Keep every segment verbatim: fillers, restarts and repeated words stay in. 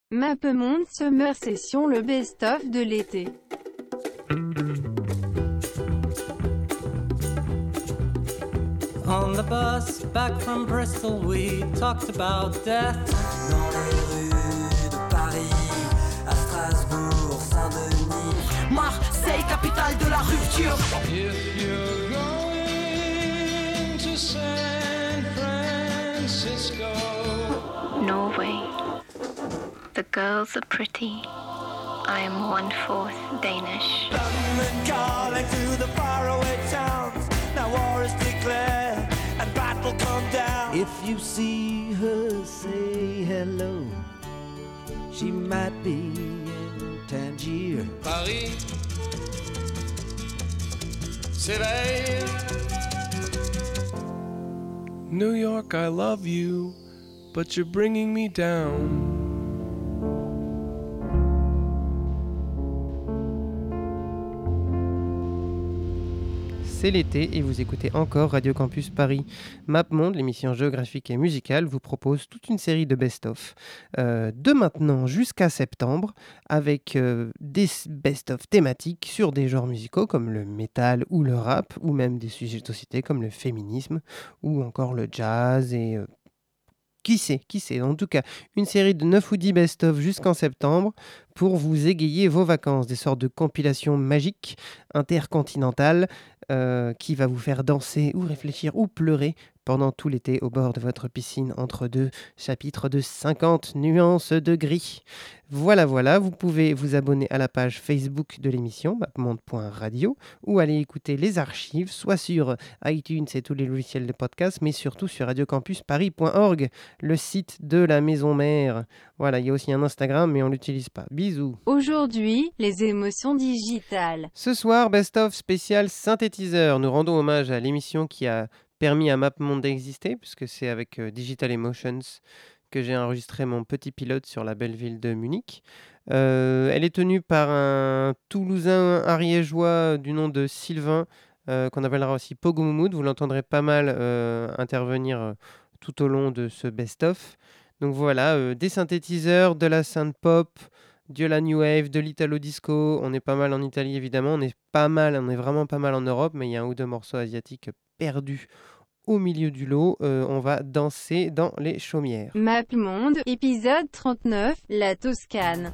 MapMonde Summer Session, le best-of de l'été. On the bus back from Bristol, we talked about death. Dans les rues de Paris, à Strasbourg, Saint-Denis, Marseille, capitale de la rupture. If you're going to San Francisco, Norway. The girls are pretty. I am one-fourth Danish. London calling to the faraway towns. Now war is declared and battle come down. If you see her, say hello. She might be in Tangier. Paris s'éveille. New York, I love you, but you're bringing me down. C'est l'été et vous écoutez encore Radio Campus Paris. MapMonde, l'émission géographique et musicale, vous propose toute une série de best-of euh, de maintenant jusqu'à septembre, avec euh, des best-of thématiques sur des genres musicaux comme le métal ou le rap, ou même des sujets de société comme le féminisme ou encore le jazz et euh, Qui sait, qui sait. En tout cas, une série de neuf ou dix best-of jusqu'en septembre pour vous égayer vos vacances. Des sortes de compilations magiques, intercontinentales, euh, qui va vous faire danser ou réfléchir ou pleurer pendant tout l'été au bord de votre piscine entre deux chapitres de cinquante nuances de gris. Voilà, voilà, vous pouvez vous abonner à la page Facebook de l'émission, mapmonde point radio, ou aller écouter les archives, soit sur iTunes et tous les logiciels de podcast, mais surtout sur radio campus paris point org, le site de la maison mère. Voilà, il y a aussi un Instagram, mais on ne l'utilise pas. Bisous. Aujourd'hui, les émotions digitales. Ce soir, best-of spécial synthétiseur. Nous rendons hommage à l'émission qui a permis à MapMonde d'exister, puisque c'est avec euh, Digital Emotions que j'ai enregistré mon petit pilote sur la belle ville de Munich. Euh, elle est tenue par un Toulousain ariégeois du nom de Sylvain, euh, qu'on appellera aussi Pogo Moumoud. Vous l'entendrez pas mal euh, intervenir euh, tout au long de ce best-of. Donc voilà, euh, des synthétiseurs, de la synth-pop, de la new wave, de l'italo-disco. On est pas mal en Italie évidemment, on est pas mal, on est vraiment pas mal en Europe, mais il y a un ou deux morceaux asiatiques perdus au milieu du lot. Euh, on va danser dans les chaumières. MapMonde, épisode trente-neuf, la Toscane.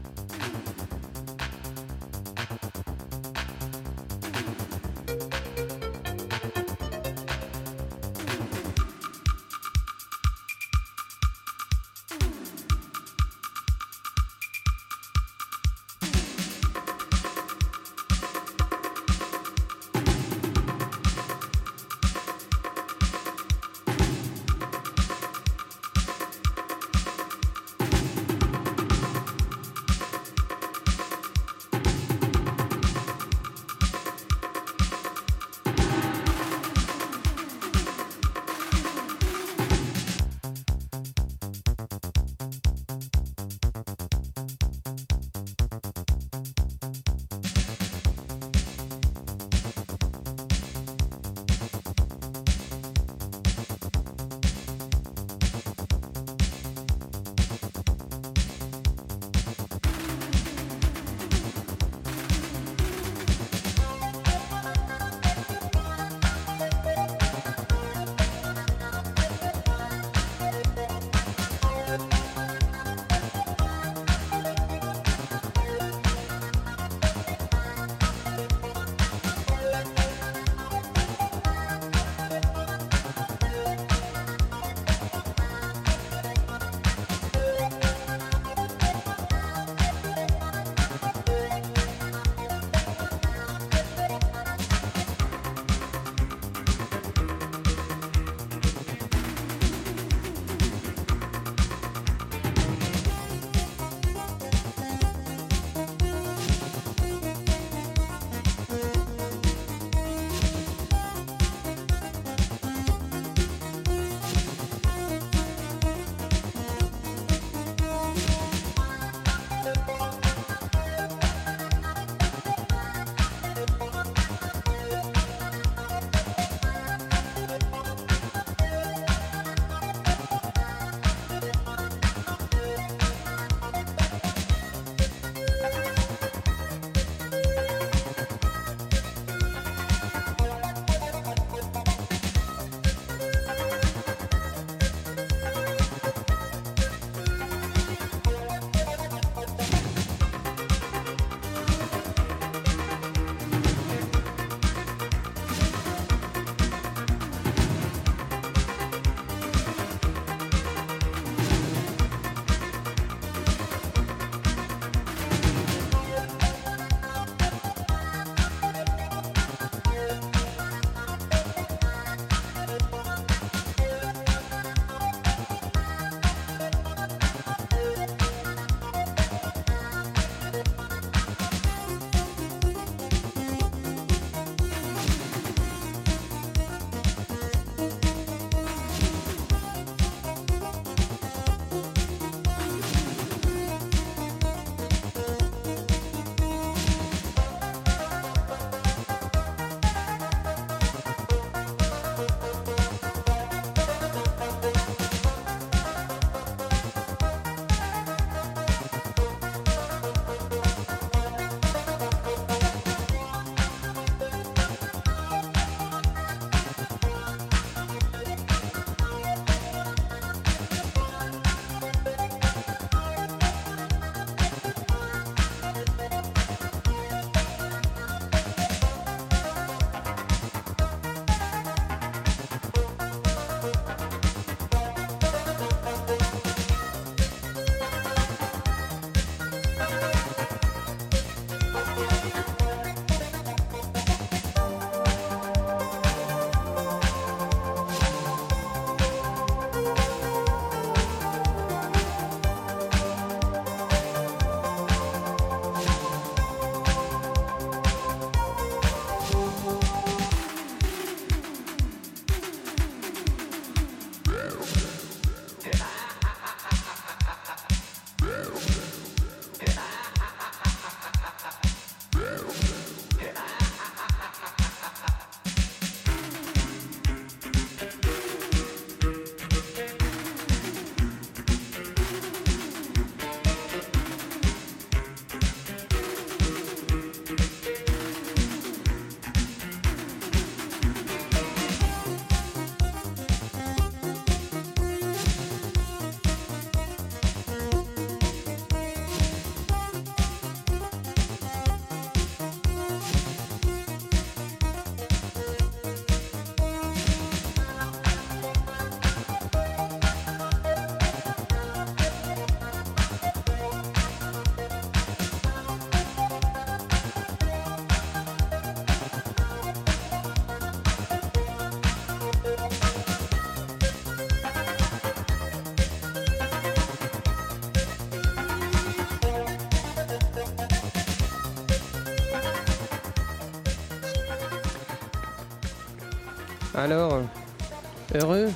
Alors, heureux?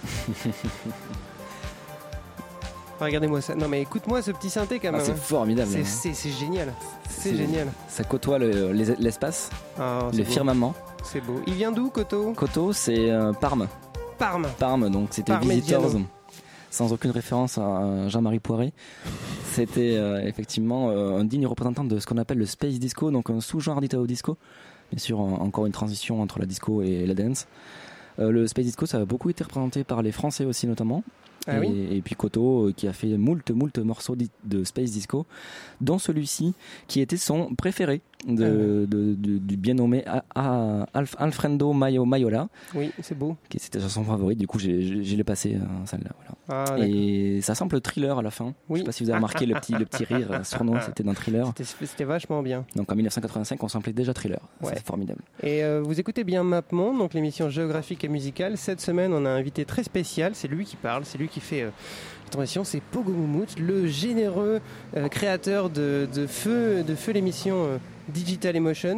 Regardez-moi ça. Non mais écoute-moi ce petit synthé quand même. Ah, c'est formidable. C'est, hein. c'est, c'est génial. C'est, C'est- génial. Ça côtoie le- les- l'espace, Ah, c'est le beau. firmament. C'est beau. Il vient d'où, Koto? Koto, c'est euh, Parme. Parme. Parme, donc c'était Parmigiano. Visitors, sans aucune référence à Jean-Marie Poiré. C'était euh, effectivement euh, un digne représentant de ce qu'on appelle le space disco, donc un sous-genre d'Italo disco. Bien sûr, en- encore une transition entre la disco et la dance. Euh, le space disco, ça a beaucoup été représenté par les Français aussi notamment. Ah et, oui. et puis Koto euh, qui a fait moult moult morceaux di- de space disco, dont celui-ci qui était son préféré de, Ah de- de- du bien nommé A- A- Alf- Alfredo Maio Maiola, Oui, c'est beau. qui c'était sa chanson favorite. Du coup, j'ai, j'ai, j'ai le passé euh, celle-là. Voilà. Ah, d'accord. Et ça semble thriller à la fin. Oui. Je sais pas si vous avez remarqué le petit le petit rire euh, sournois, c'était d'un thriller. C'était, c'était vachement bien. Donc en dix-neuf cent quatre-vingt-cinq, on samplait déjà thriller. Ouais. C'est formidable. Et euh, vous écoutez bien MapMonde, donc l'émission géographique et musicale. Cette semaine, on a un invité très spécial. C'est lui qui parle, c'est lui qui fait euh, la transition. C'est Pogo Moumout, le généreux euh, créateur de, de feu, de feu l'émission euh, Digital Emotions.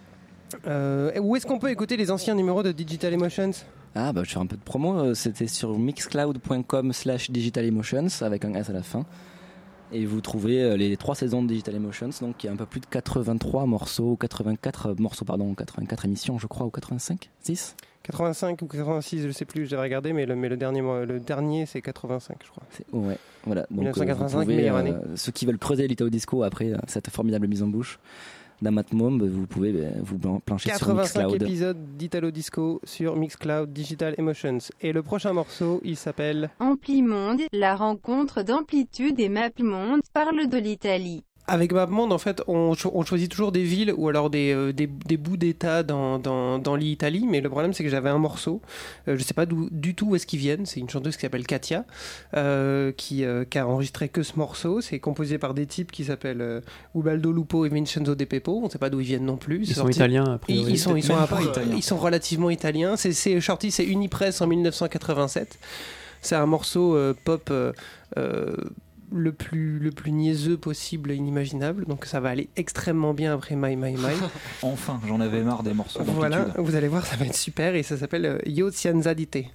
Euh, où est-ce qu'on peut écouter les anciens numéros de Digital Emotions? Ah bah je fais un peu de promo. euh, C'était sur mixcloud point com slash digital emotions avec un S à la fin. Et vous trouvez euh, les trois saisons de Digital Emotions, donc il y a un peu plus de quatre-vingt-trois morceaux, quatre-vingt-quatre morceaux, pardon, quatre-vingt-quatre émissions, je crois, ou quatre-vingt-cinq, six. quatre-vingt-cinq ou quatre-vingt-six, je sais plus, je devrais regarder, mais le, mais le dernier, mois- le dernier c'est quatre-vingt-cinq, je crois. C'est- Ouais, voilà. Donc, dix-neuf cent euh, vous quatre-vingt-cinq, pouvez, meilleure euh, année. ceux qui veulent creuser l'Italo Disco après euh, cette formidable mise en bouche d'un MapMonde, vous pouvez euh, vous plan- plancher sur quatre-vingt-cinq Mixcloud. épisodes d'Italo Disco sur Mixcloud Digital Emotions. Et le prochain morceau, il s'appelle Amplimonde, la rencontre d'Amplitude et MapMonde parle de l'Italie. Avec MapMonde, en fait, on, cho- on choisit toujours des villes ou alors des, euh, des, des bouts d'état dans, dans, dans l'Italie, mais le problème c'est que j'avais un morceau, euh, je sais pas d'où, du tout où est-ce qu'ils viennent, c'est une chanteuse qui s'appelle Katia, euh, qui, euh, qui a enregistré que ce morceau, c'est composé par des types qui s'appellent euh, Ubaldo Lupo et Vincenzo De Pepo, on ne sait pas d'où ils viennent non plus. Ils C'est sont sorti- italiens, après. Ils, ils sont, ils, sont Même à- pas italiens. ils sont relativement italiens, c'est, c'est sorti, c'est Unipress en dix-neuf cent quatre-vingt-sept, c'est un morceau euh, pop... euh, euh, le plus, le plus niaiseux possible, inimaginable. Donc ça va aller extrêmement bien après My My My. Enfin, j'en avais marre des morceaux d'amplitude. Voilà, vous allez voir, ça va être super et ça s'appelle euh, Io Cianza di te.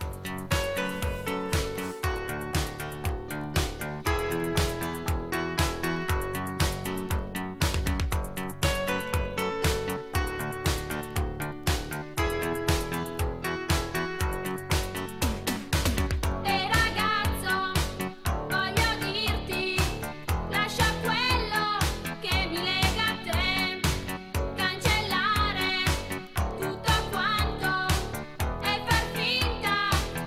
Ehi ragazzo, voglio dirti, lascia quello che mi lega a te, cancellare tutto quanto e far finta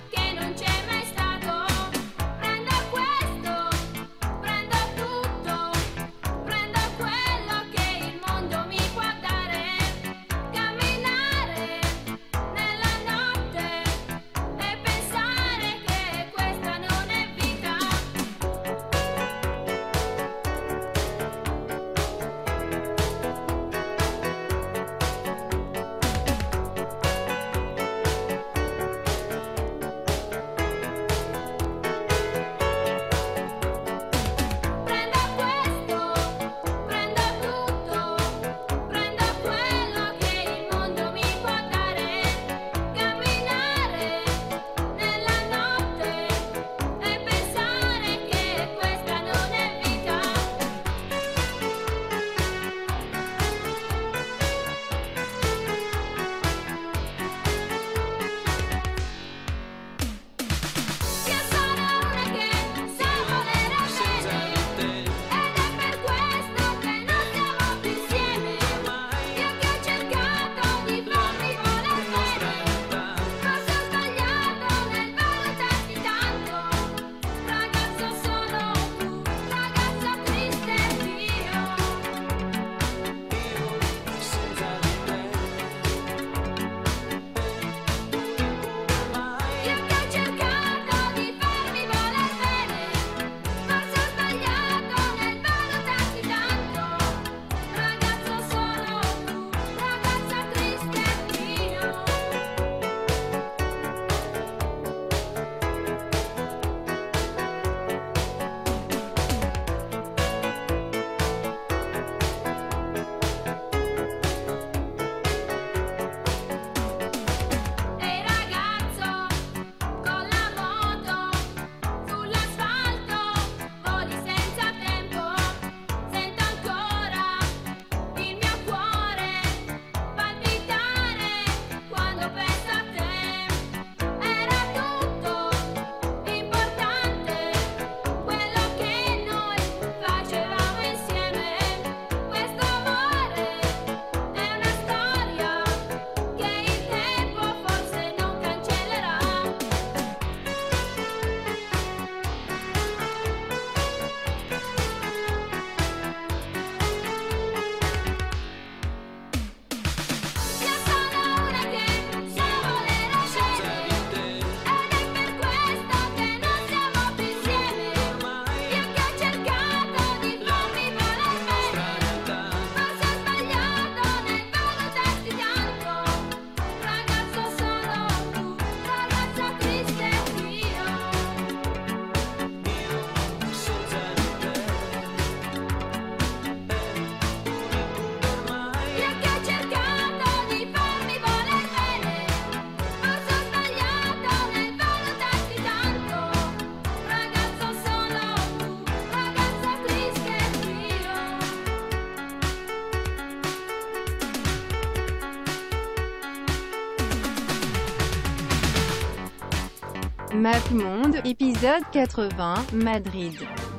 MapMonde, épisode quatre-vingts, Madrid.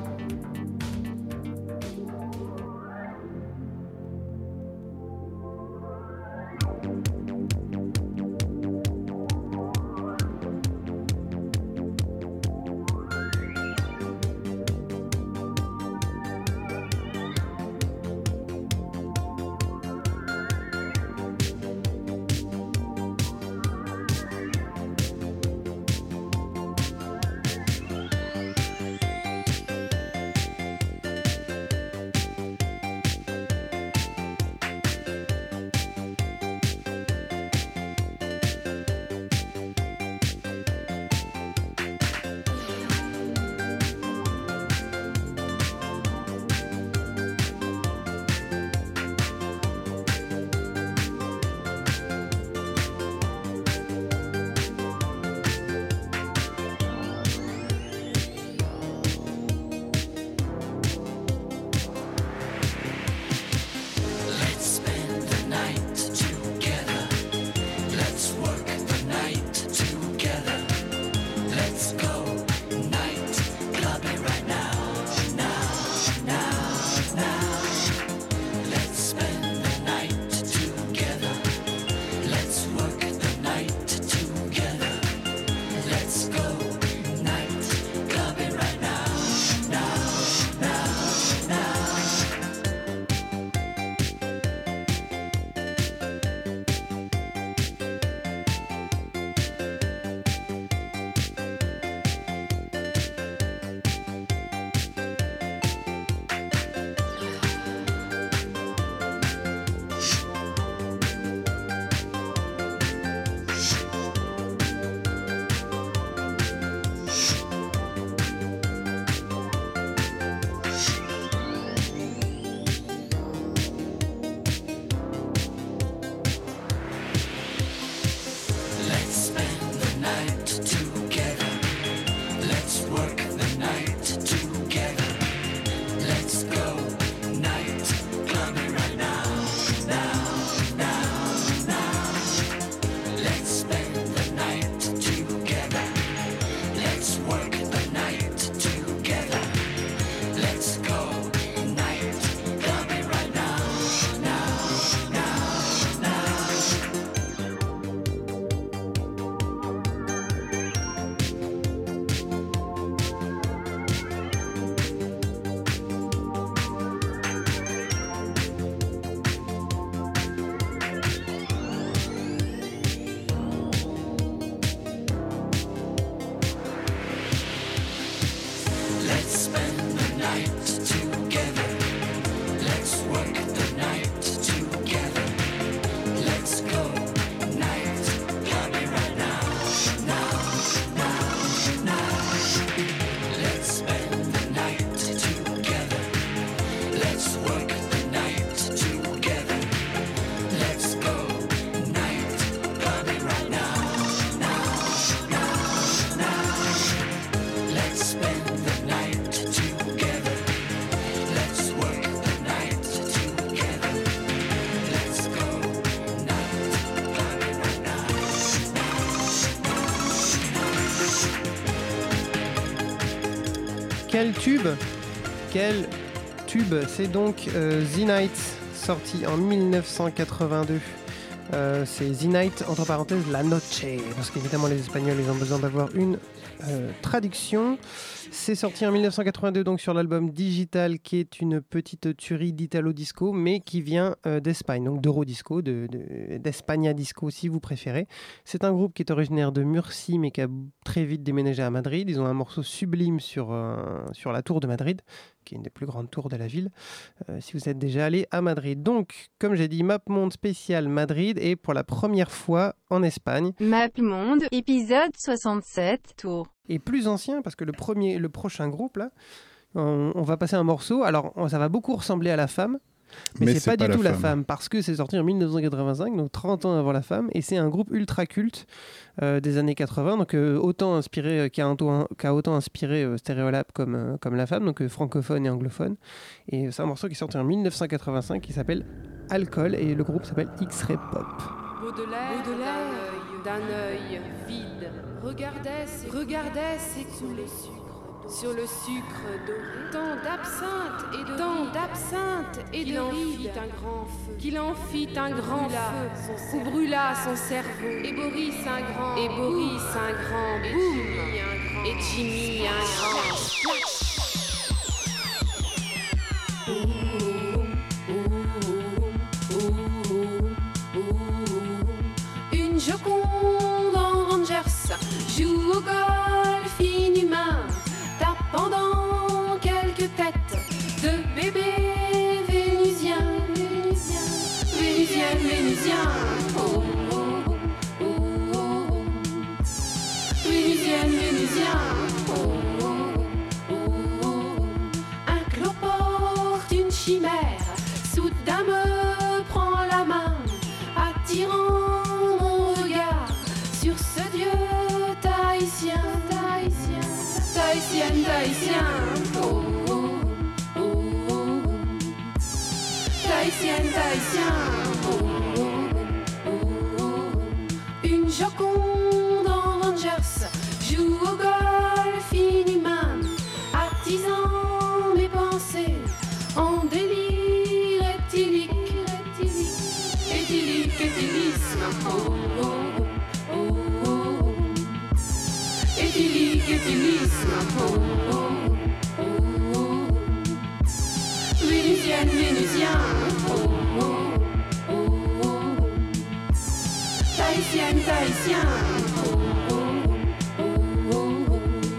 Quel tube Quel tube C'est donc euh, The Night, sorti en dix-neuf cent quatre-vingt-deux. Euh, c'est The Night, entre parenthèses, La Noche, parce qu'évidemment les Espagnols ils ont besoin d'avoir une euh, traduction. C'est sorti en dix-neuf cent quatre-vingt-deux donc sur l'album Digital, qui est une petite tuerie d'Italo Disco, mais qui vient euh, d'Espagne, donc d'Eurodisco, de, de, d'Espagna Disco si vous préférez. C'est un groupe qui est originaire de Murcie, mais qui a très vite déménagé à Madrid. Ils ont un morceau sublime sur, euh, sur la tour de Madrid, qui est une des plus grandes tours de la ville, euh, si vous êtes déjà allé à Madrid. Donc, comme j'ai dit, MapMonde spécial Madrid, et pour la première fois en Espagne. MapMonde, épisode soixante-sept, tour. Et plus ancien, parce que le, premier, le prochain groupe, là, on, on va passer un morceau. Alors, ça va beaucoup ressembler à La Femme, mais, mais c'est, c'est pas, pas du tout La Femme. femme, parce que c'est sorti en dix-neuf cent quatre-vingt-cinq, donc trente ans avant La Femme, et c'est un groupe ultra culte euh, des années quatre-vingts, donc euh, autant inspiré, euh, qui, a un, qui a autant inspiré euh, Stereolab comme, euh, comme La Femme, donc euh, francophone et anglophone. Et c'est un morceau qui est sorti en dix-neuf cent quatre-vingt-cinq qui s'appelle Alcool, et le groupe s'appelle X-Ray Pop. Baudelaire, Baudelaire d'un œil vide regardait, s'é- regardait s'écouler sur le sucre doré. Tant d'absinthe et de tant d'absinthe et de rides, un grand feu, qu'il en fit un grand feu, où brûla son cerveau. Et Boris un grand, et Boris un grand boum, et Jimmy un grand splash. Une Joconde en Rangers joue au golf inhumain, tapant dans quelques têtes de bébés vénusiens, vénusiens, vénusiens, oh, oh, oh, oh, oh. Vénusiens, vénusiens, oh, oh, oh, oh. Un cloporte, une chimère, soudain me prend la main, attirant mon regard sur ce dieu tahitien, tahitien, tahitien, tahitien, oh, oh, oh, oh. Tahitien, tahitien, oh, oh, oh, oh. Une Joconde en Rangers joue au golf inhumain, attisant mes pensées en délire éthylique, éthylique, éthylisme, oh, oh, oh, oh, oh. Éthylique, éthylisme, oh, oh, oh, oh. Vénusienne, vénusien, oh, oh, oh, oh. Tahitien, tahitien, oh, oh, oh, oh.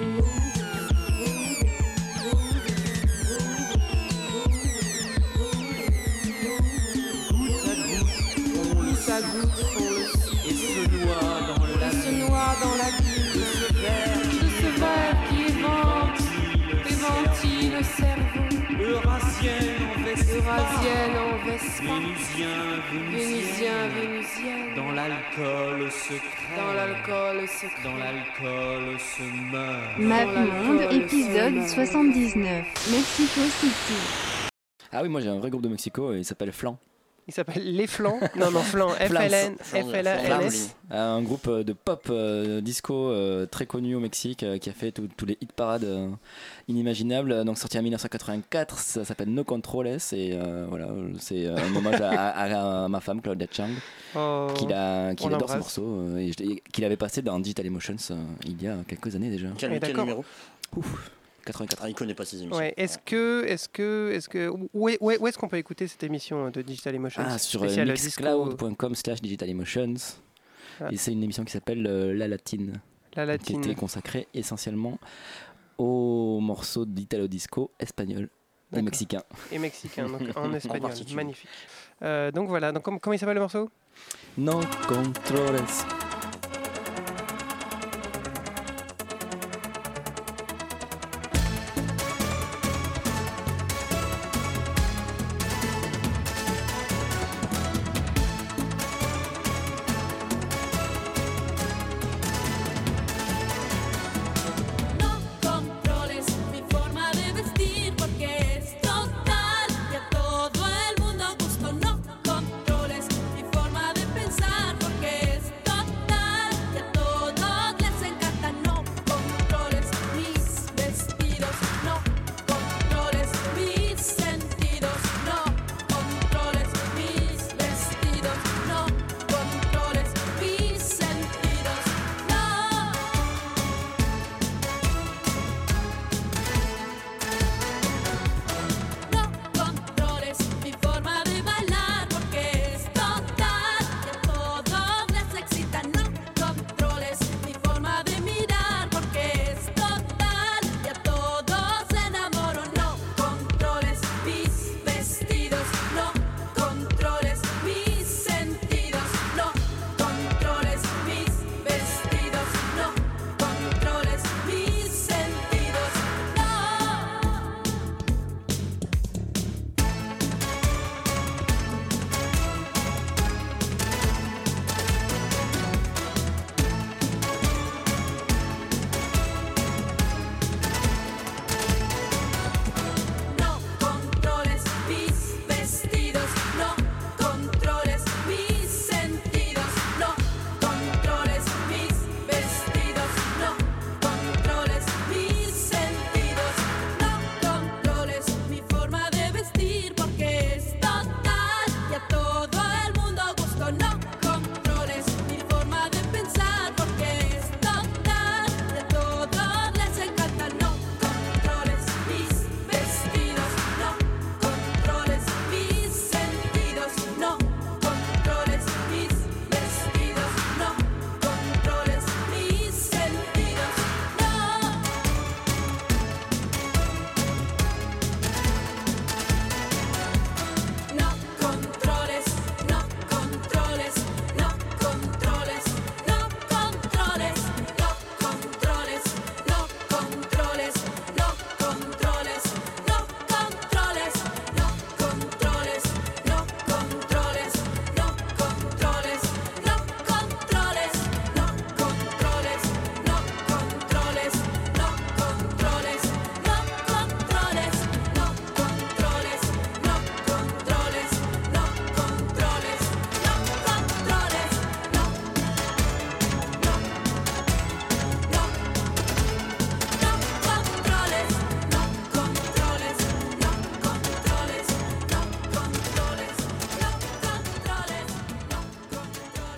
Goutte à goutte font le sucre Et se noie dans le et lac se noie dans la bulle de ce verre de ce verre qui évente, éventille le cerveau. Eurasienne en Vespa, Eurasienne en Vespa, Vénusien, Vénusien, Vénusien, Vénusienne, dans l'alcool se crée, dans l'alcool secret. dans l'alcool se meurt. MapMonde, épisode soixante-dix-neuf. Mexico City. Ah oui, moi j'ai un vrai groupe de Mexico et il s'appelle Flan. Il s'appelle Les Flans. Non, non, Flans. F L N, F L A N S. Un groupe de pop euh, disco euh, très connu au Mexique euh, qui a fait tous les hit parades euh, inimaginables. Donc sorti en dix-neuf cent quatre-vingt-quatre, ça s'appelle No Controles et euh, voilà, c'est un hommage à, à, à ma femme Claudia Chang, Oh, qu'il a, qu'il on adore ce l'embrasse. morceau euh, et, je- et qu'il avait passé dans Digital Emotions euh, il y a quelques années déjà. Quel, Et quel d'accord. numéro Ouf, quatre-vingt-quatre. Ah, il connaît pas ces émissions. Ouais. Est-ce que, est-ce que, est-ce que, où est, où est- où est-ce qu'on peut écouter cette émission de Digital Emotions Ah, sur spéciale euh, disco, mixcloud point com slash digital emotions. Ah. Et c'est une émission qui s'appelle euh, La Latine, La qui latine. était consacrée essentiellement aux morceaux d'Italo Disco espagnol et D'accord. mexicain. Et mexicain, donc en espagnol. particulier. Magnifique. Euh, donc voilà. Donc com- comment il s'appelle le morceau? No controles. No controles mi forma de vestir porque es total y a todo el mundo gusto. No controles mi forma de pensar porque es total.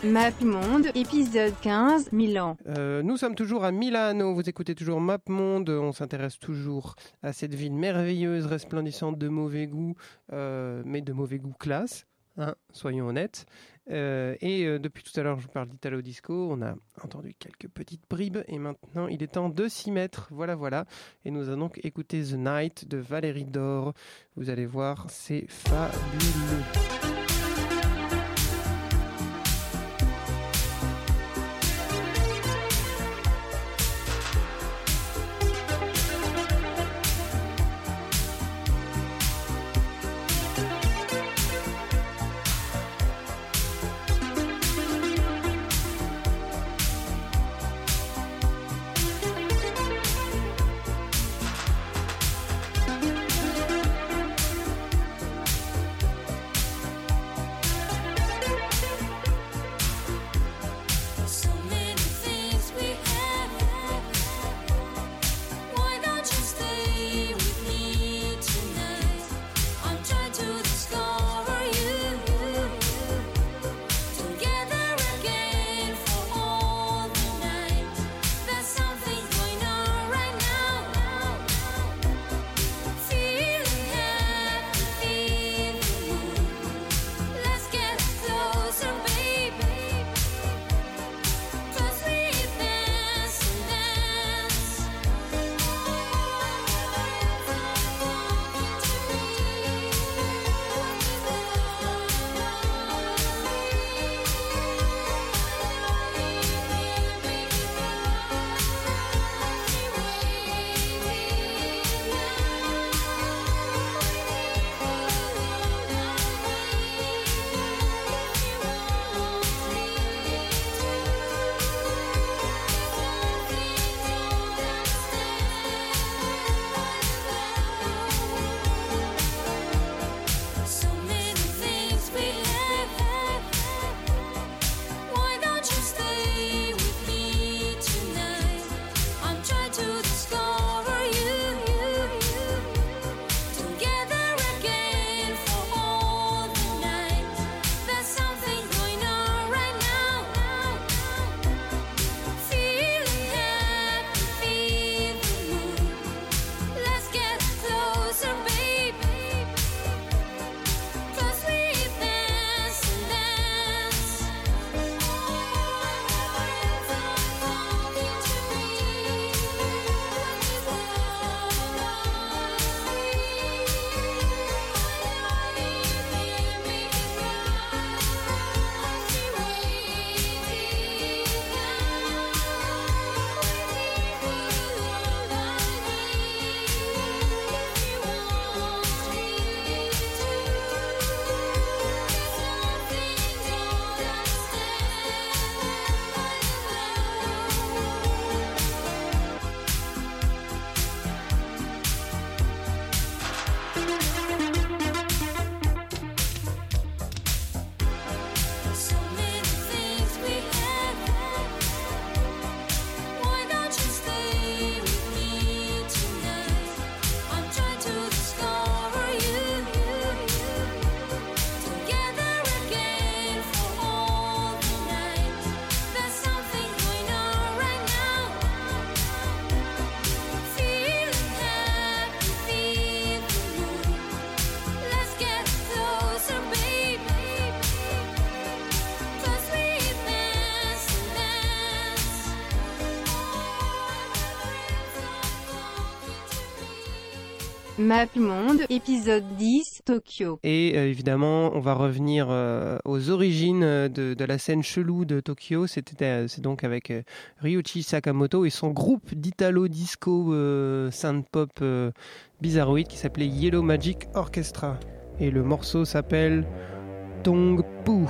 MapMonde, épisode quinze, Milan. Euh, nous sommes toujours à Milano, vous écoutez toujours MapMonde, on s'intéresse toujours à cette ville merveilleuse, resplendissante de mauvais goût, euh, mais de mauvais goût classe, hein, soyons honnêtes. Euh, et euh, depuis tout à l'heure, je vous parle d'Italo Disco, on a entendu quelques petites bribes, et maintenant il est temps de s'y mettre, voilà voilà. Et nous allons donc écouter The Night de Valérie Dore, vous allez voir, c'est fabuleux. MapMonde, épisode dix, Tokyo. Et euh, évidemment, on va revenir euh, aux origines de, de la scène chelou de Tokyo. C'était, euh, c'est donc avec euh, Ryuichi Sakamoto et son groupe d'Italo Disco euh, synth-pop euh, bizarroïde qui s'appelait Yellow Magic Orchestra. Et le morceau s'appelle Tongpu.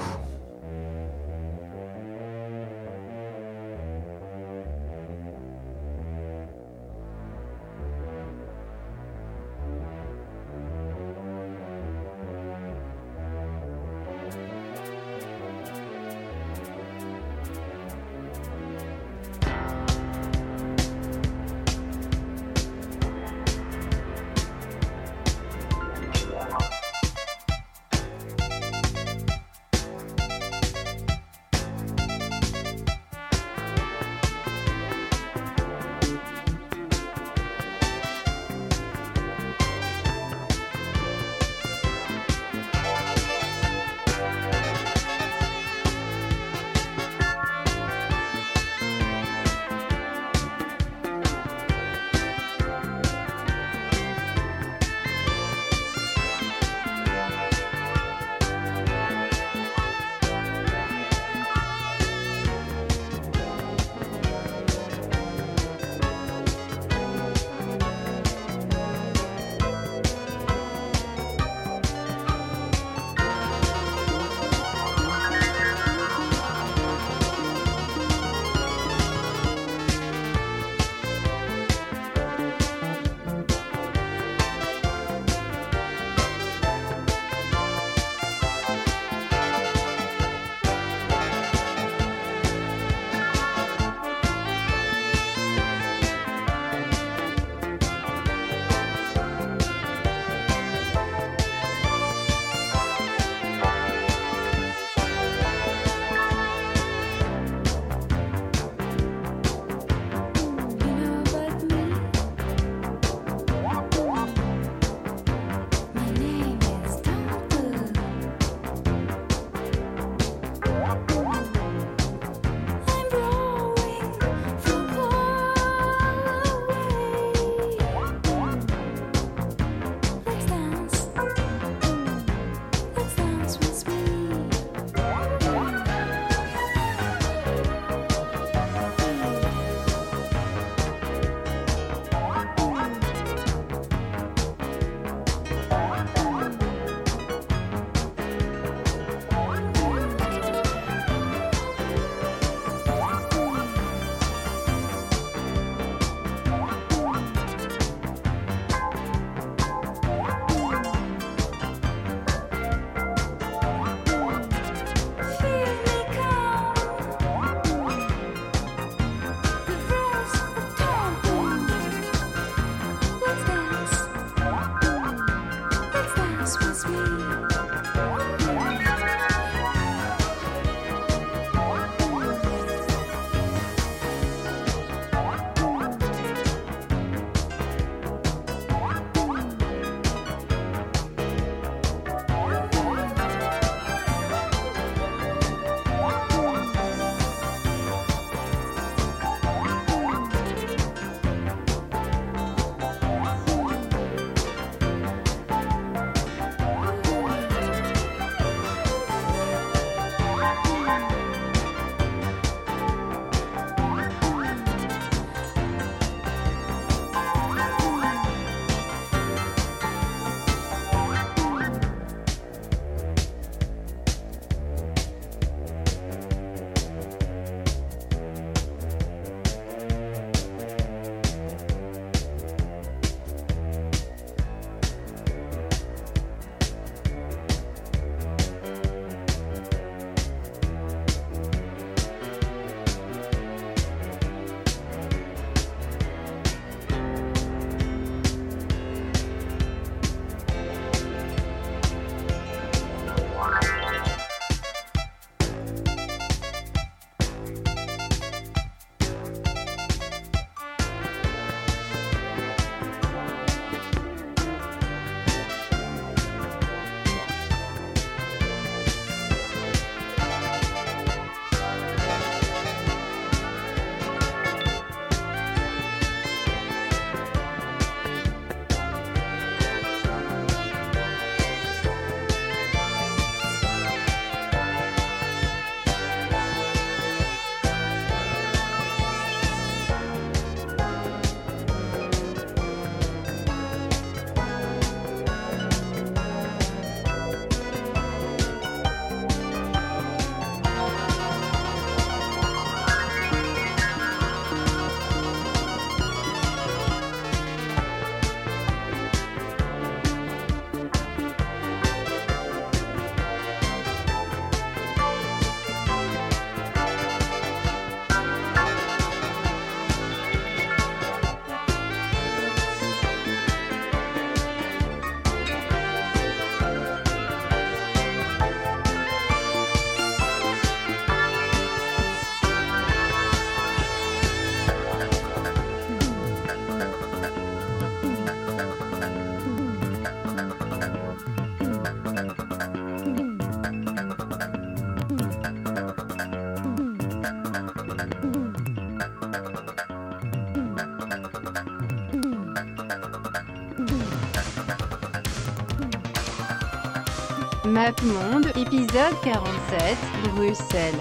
MapMonde, épisode quarante-sept, Bruxelles.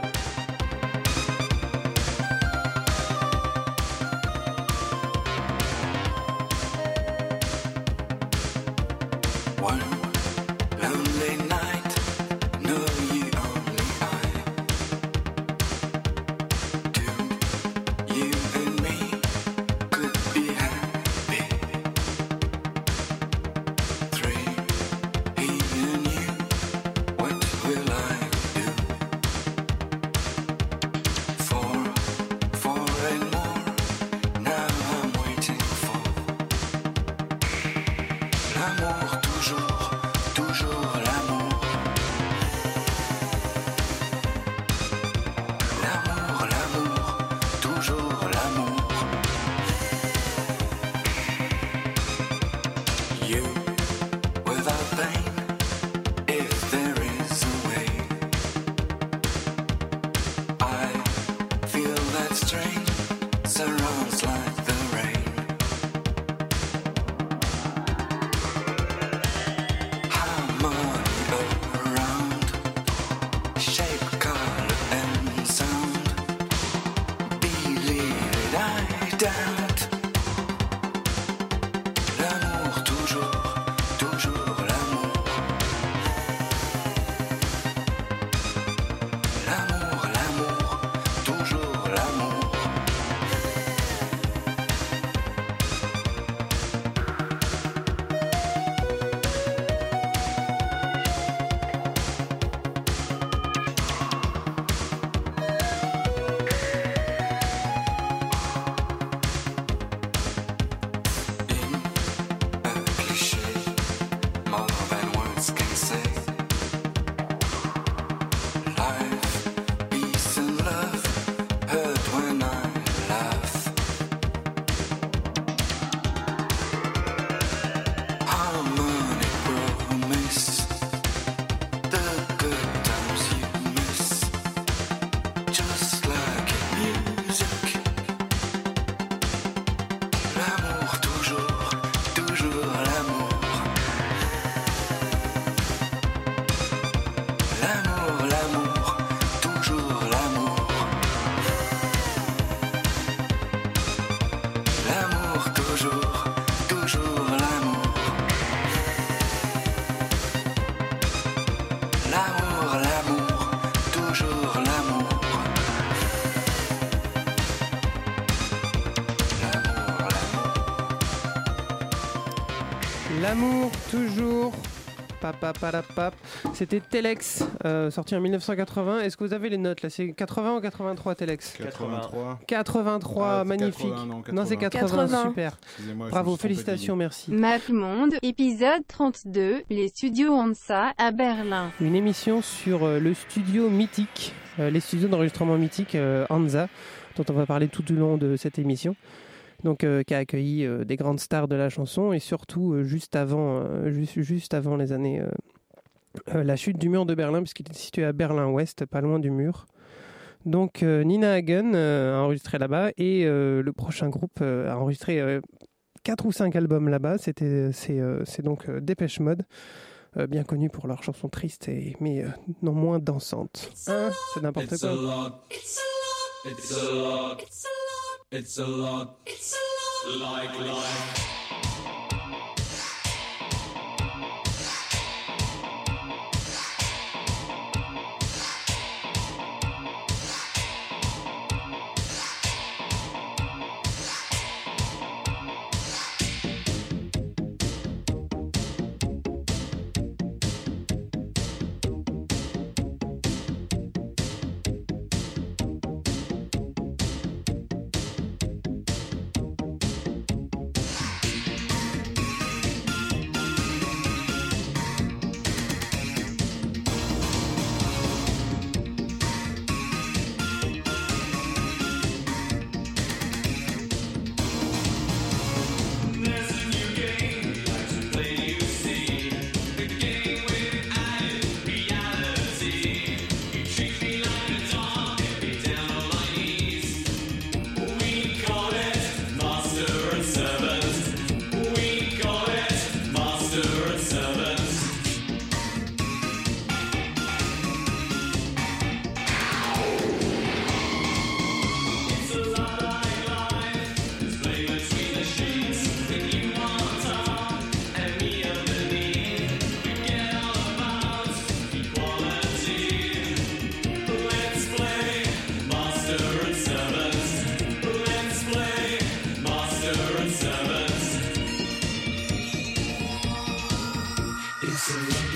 L'amour, toujours. Papa, pap. C'était Telex, euh, sorti en dix-neuf cent quatre-vingts. Est-ce que vous avez les notes là? C'est quatre-vingts ou quatre-vingt-trois Telex? quatre-vingt-trois. quatre-vingt-trois, ah, magnifique. quatre-vingts, non, non, c'est quatre-vingts, quatre-vingts. Super. Bravo, félicitations, merci. MapMonde, épisode trente-deux, les studios Hansa à Berlin. Une émission sur euh, le studio mythique, euh, les studios d'enregistrement mythique euh, Hansa, dont on va parler tout au long de cette émission. Donc, euh, qui a accueilli euh, des grandes stars de la chanson et surtout euh, juste avant, euh, juste, juste avant les années, euh, euh, la chute du mur de Berlin, puisqu'il était situé à Berlin-Ouest, pas loin du mur. Donc, euh, Nina Hagen euh, a enregistré là-bas et euh, le prochain groupe euh, a enregistré euh, quatre ou cinq albums là-bas. C'était, c'est, euh, c'est donc euh, Dépêche Mode, euh, bien connu pour leurs chansons tristes et mais euh, non moins dansantes. Hein, c'est n'importe It's quoi. a lot. It's a lot. It's a lot. It's a lot. It's a lot. Like life.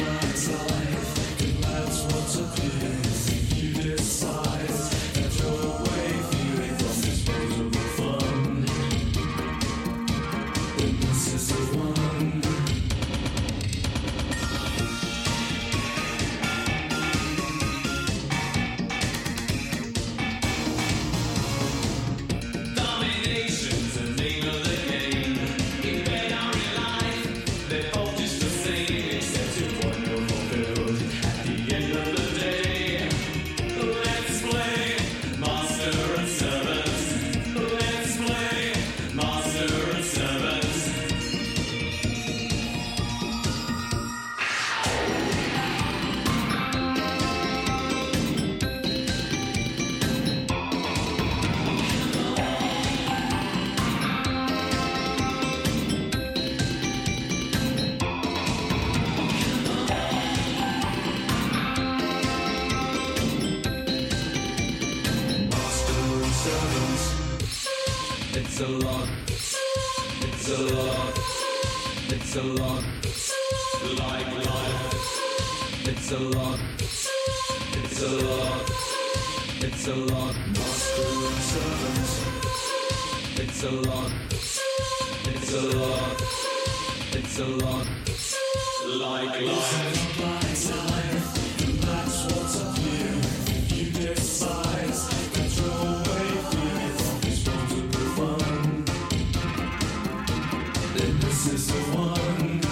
a lot. It's a lot. It's a lot. Like life. It's a lot. It's a lot. It's a lot. Master and servant. It's a lot. It's a lot. It's a lot. Like life. Like life. And that's what's up here. You despise. Control away feeling from responsible fun. Then this is the one.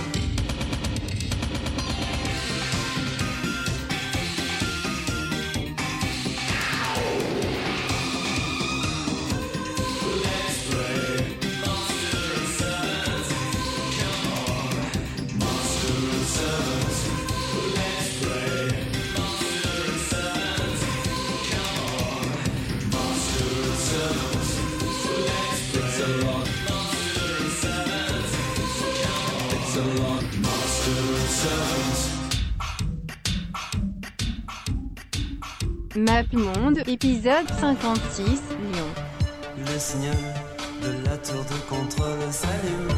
MapMonde, épisode cinquante-six, Lyon. Le signal de la tour de contrôle s'allume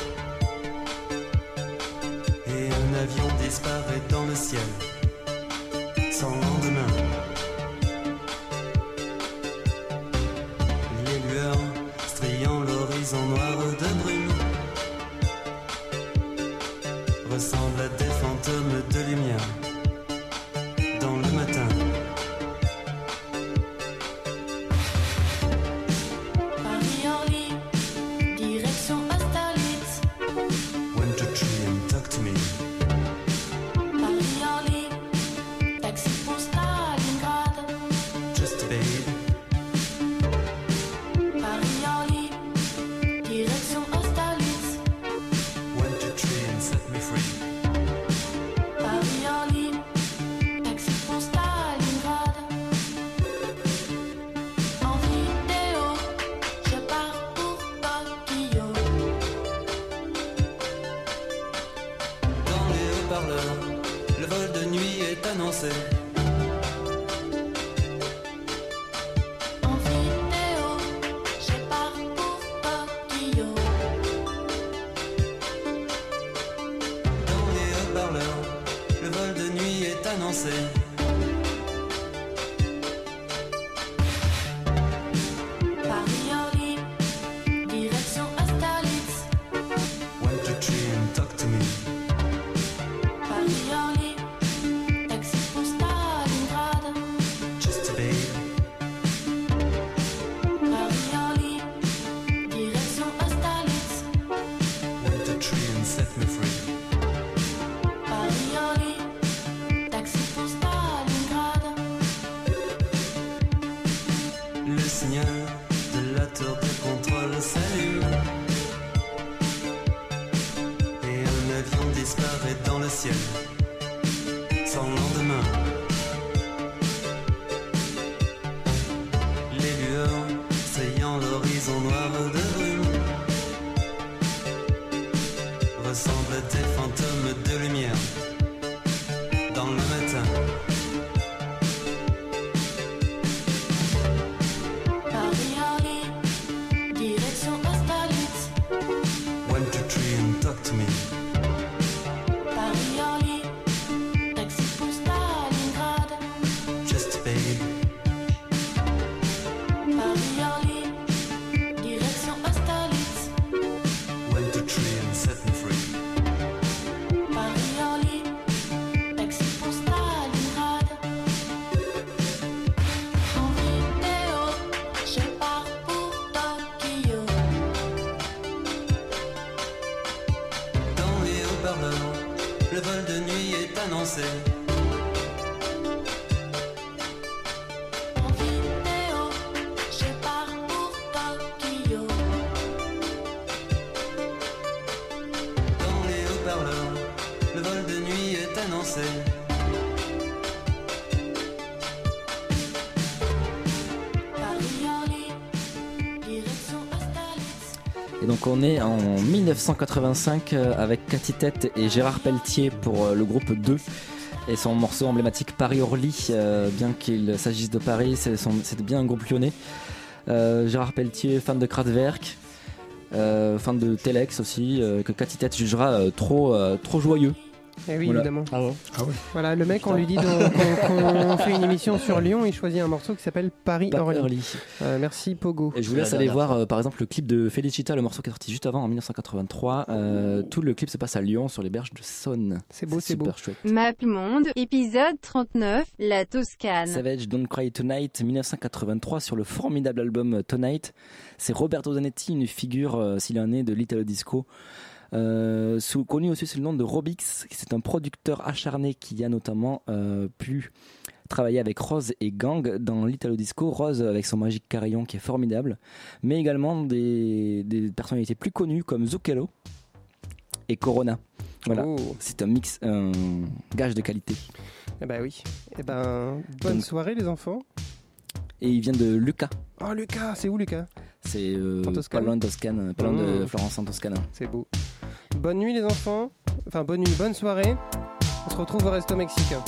et un avion disparaît dans le ciel sans lendemain. Les lueurs striant l'horizon noir de brume ressemblent à des fantômes de lumière dans le matin. danser. En vidéo, je pars pour Tokyo. Dans les haut-parleurs, le vol de nuit est annoncé. Et donc on est en dix-neuf cent quatre-vingt-cinq avec Cathy Tête et Gérard Pelletier pour le groupe deux et son morceau emblématique Paris-Orly, euh, bien qu'il s'agisse de Paris, c'est, son, c'est bien un groupe lyonnais. Euh, Gérard Pelletier, fan de Kraftwerk, euh, fan de Telex aussi, euh, que Cathy Tête jugera euh, trop, euh, trop joyeux. Eh oui, Voilà. évidemment. Ah ouais. Ah ouais. Voilà, le mec, on lui dit donc, qu'on, qu'on fait une émission sur Lyon, il choisit un morceau qui s'appelle Paris-Orly. Paris-Orly. Euh, merci Pogo. Et je vous laisse aller voir euh, par exemple le clip de Felicita, le morceau qui est sorti juste avant en dix-neuf cent quatre-vingt-trois. Euh, tout le clip se passe à Lyon sur les berges de Saône. C'est beau, c'est, super beau. chouette. Maplemonde, épisode trente-neuf, la Toscane. Savage Don't Cry Tonight, dix-neuf cent quatre-vingt-trois, sur le formidable album Tonight. C'est Roberto Zanetti, une figure, euh, s'il est né, de l'Italo Disco. Euh, sous, connu aussi sous le nom de Robix, c'est un producteur acharné qui a notamment euh, pu travailler avec Rose et Gang dans l'Italo Disco. Rose avec son magique carillon qui est formidable, mais également des, des personnalités plus connues comme Zucchero et Corona. Voilà, Oh. c'est un mix, un gage de qualité. Eh ben oui. Eh ben, bonne Donc- soirée les enfants. Et il vient de Lucca. Oh Lucas, c'est où Lucas? C'est euh, En pas Toscane. loin de Toscane, pas loin de Mmh. Florence en Toscane. C'est beau. Bonne nuit les enfants. Enfin bonne nuit, bonne soirée. On se retrouve au Resto Mexicain.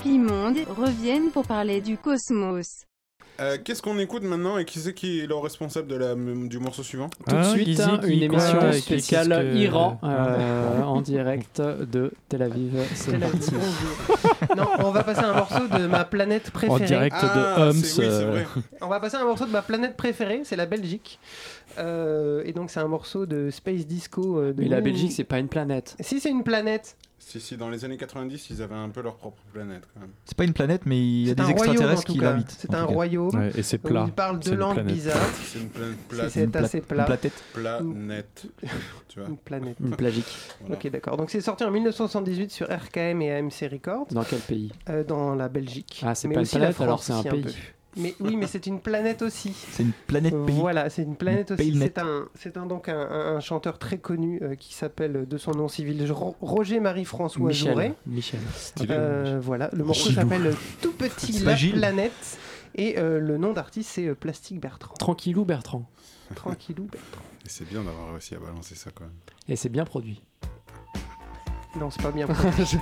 Mappy-Monde reviennent pour parler du cosmos. Euh, qu'est-ce qu'on écoute maintenant et qui c'est qui est le responsable de la, du morceau suivant? Tout de Ah, suite, Gizzy, une qui- émission quoi, spéciale qu'est-ce que- Iran euh, en direct de Tel Aviv. C'est Tel Aviv, parti. bonjour. Non, on va passer à un morceau de ma planète préférée. En direct de Ah, Homs. c'est- oui, c'est euh, vrai. On va passer à un morceau de ma planète préférée, c'est la Belgique. Euh, et donc c'est un morceau de Space Disco. euh, de Mais la Mini- Belgique, c'est pas une planète. Si, c'est une planète. Si, si, dans les années quatre-vingt-dix, ils avaient un peu leur propre planète quand même. C'est pas une planète, mais il y a C'est des un royaume, en extraterrestres tout qui cas. l'habitent. C'est en un tout cas. royaume. ouais, et c'est où plat. ils parlent C'est deux une langues planète. bizarres. C'est une planète C'est- plate. C'est Une pla- assez Une plat. platette. Planète. Tu vois. Une planète. Une plagique. Voilà. Ok, d'accord. Donc c'est sorti en mille neuf cent soixante-dix-huit sur R K M et A M C Records, Dans quel pays? euh, dans la Belgique. Ah, c'est mais pas une aussi la planète, France alors c'est un aussi pays. peu. Mais oui, mais c'est une planète aussi. C'est une planète pays. Voilà, c'est une planète Une aussi. pays C'est un, c'est un, donc un, un- un chanteur très connu euh, qui s'appelle de son nom civil Ro- Roger Marie-François Jouret. Michel. Michel. Euh, voilà, le morceau Chilou. s'appelle Tout Petit C'est La pas Gilles. Planète et euh, le nom d'artiste c'est euh, Plastique Bertrand. Tranquillou Bertrand. Tranquillou Bertrand. Et c'est bien d'avoir réussi à balancer ça quand même. Et c'est bien produit. Non, c'est pas bien produit.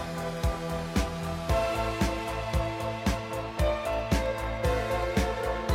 Thank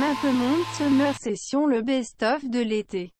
MapMonde Summer Session, le best-of de l'été.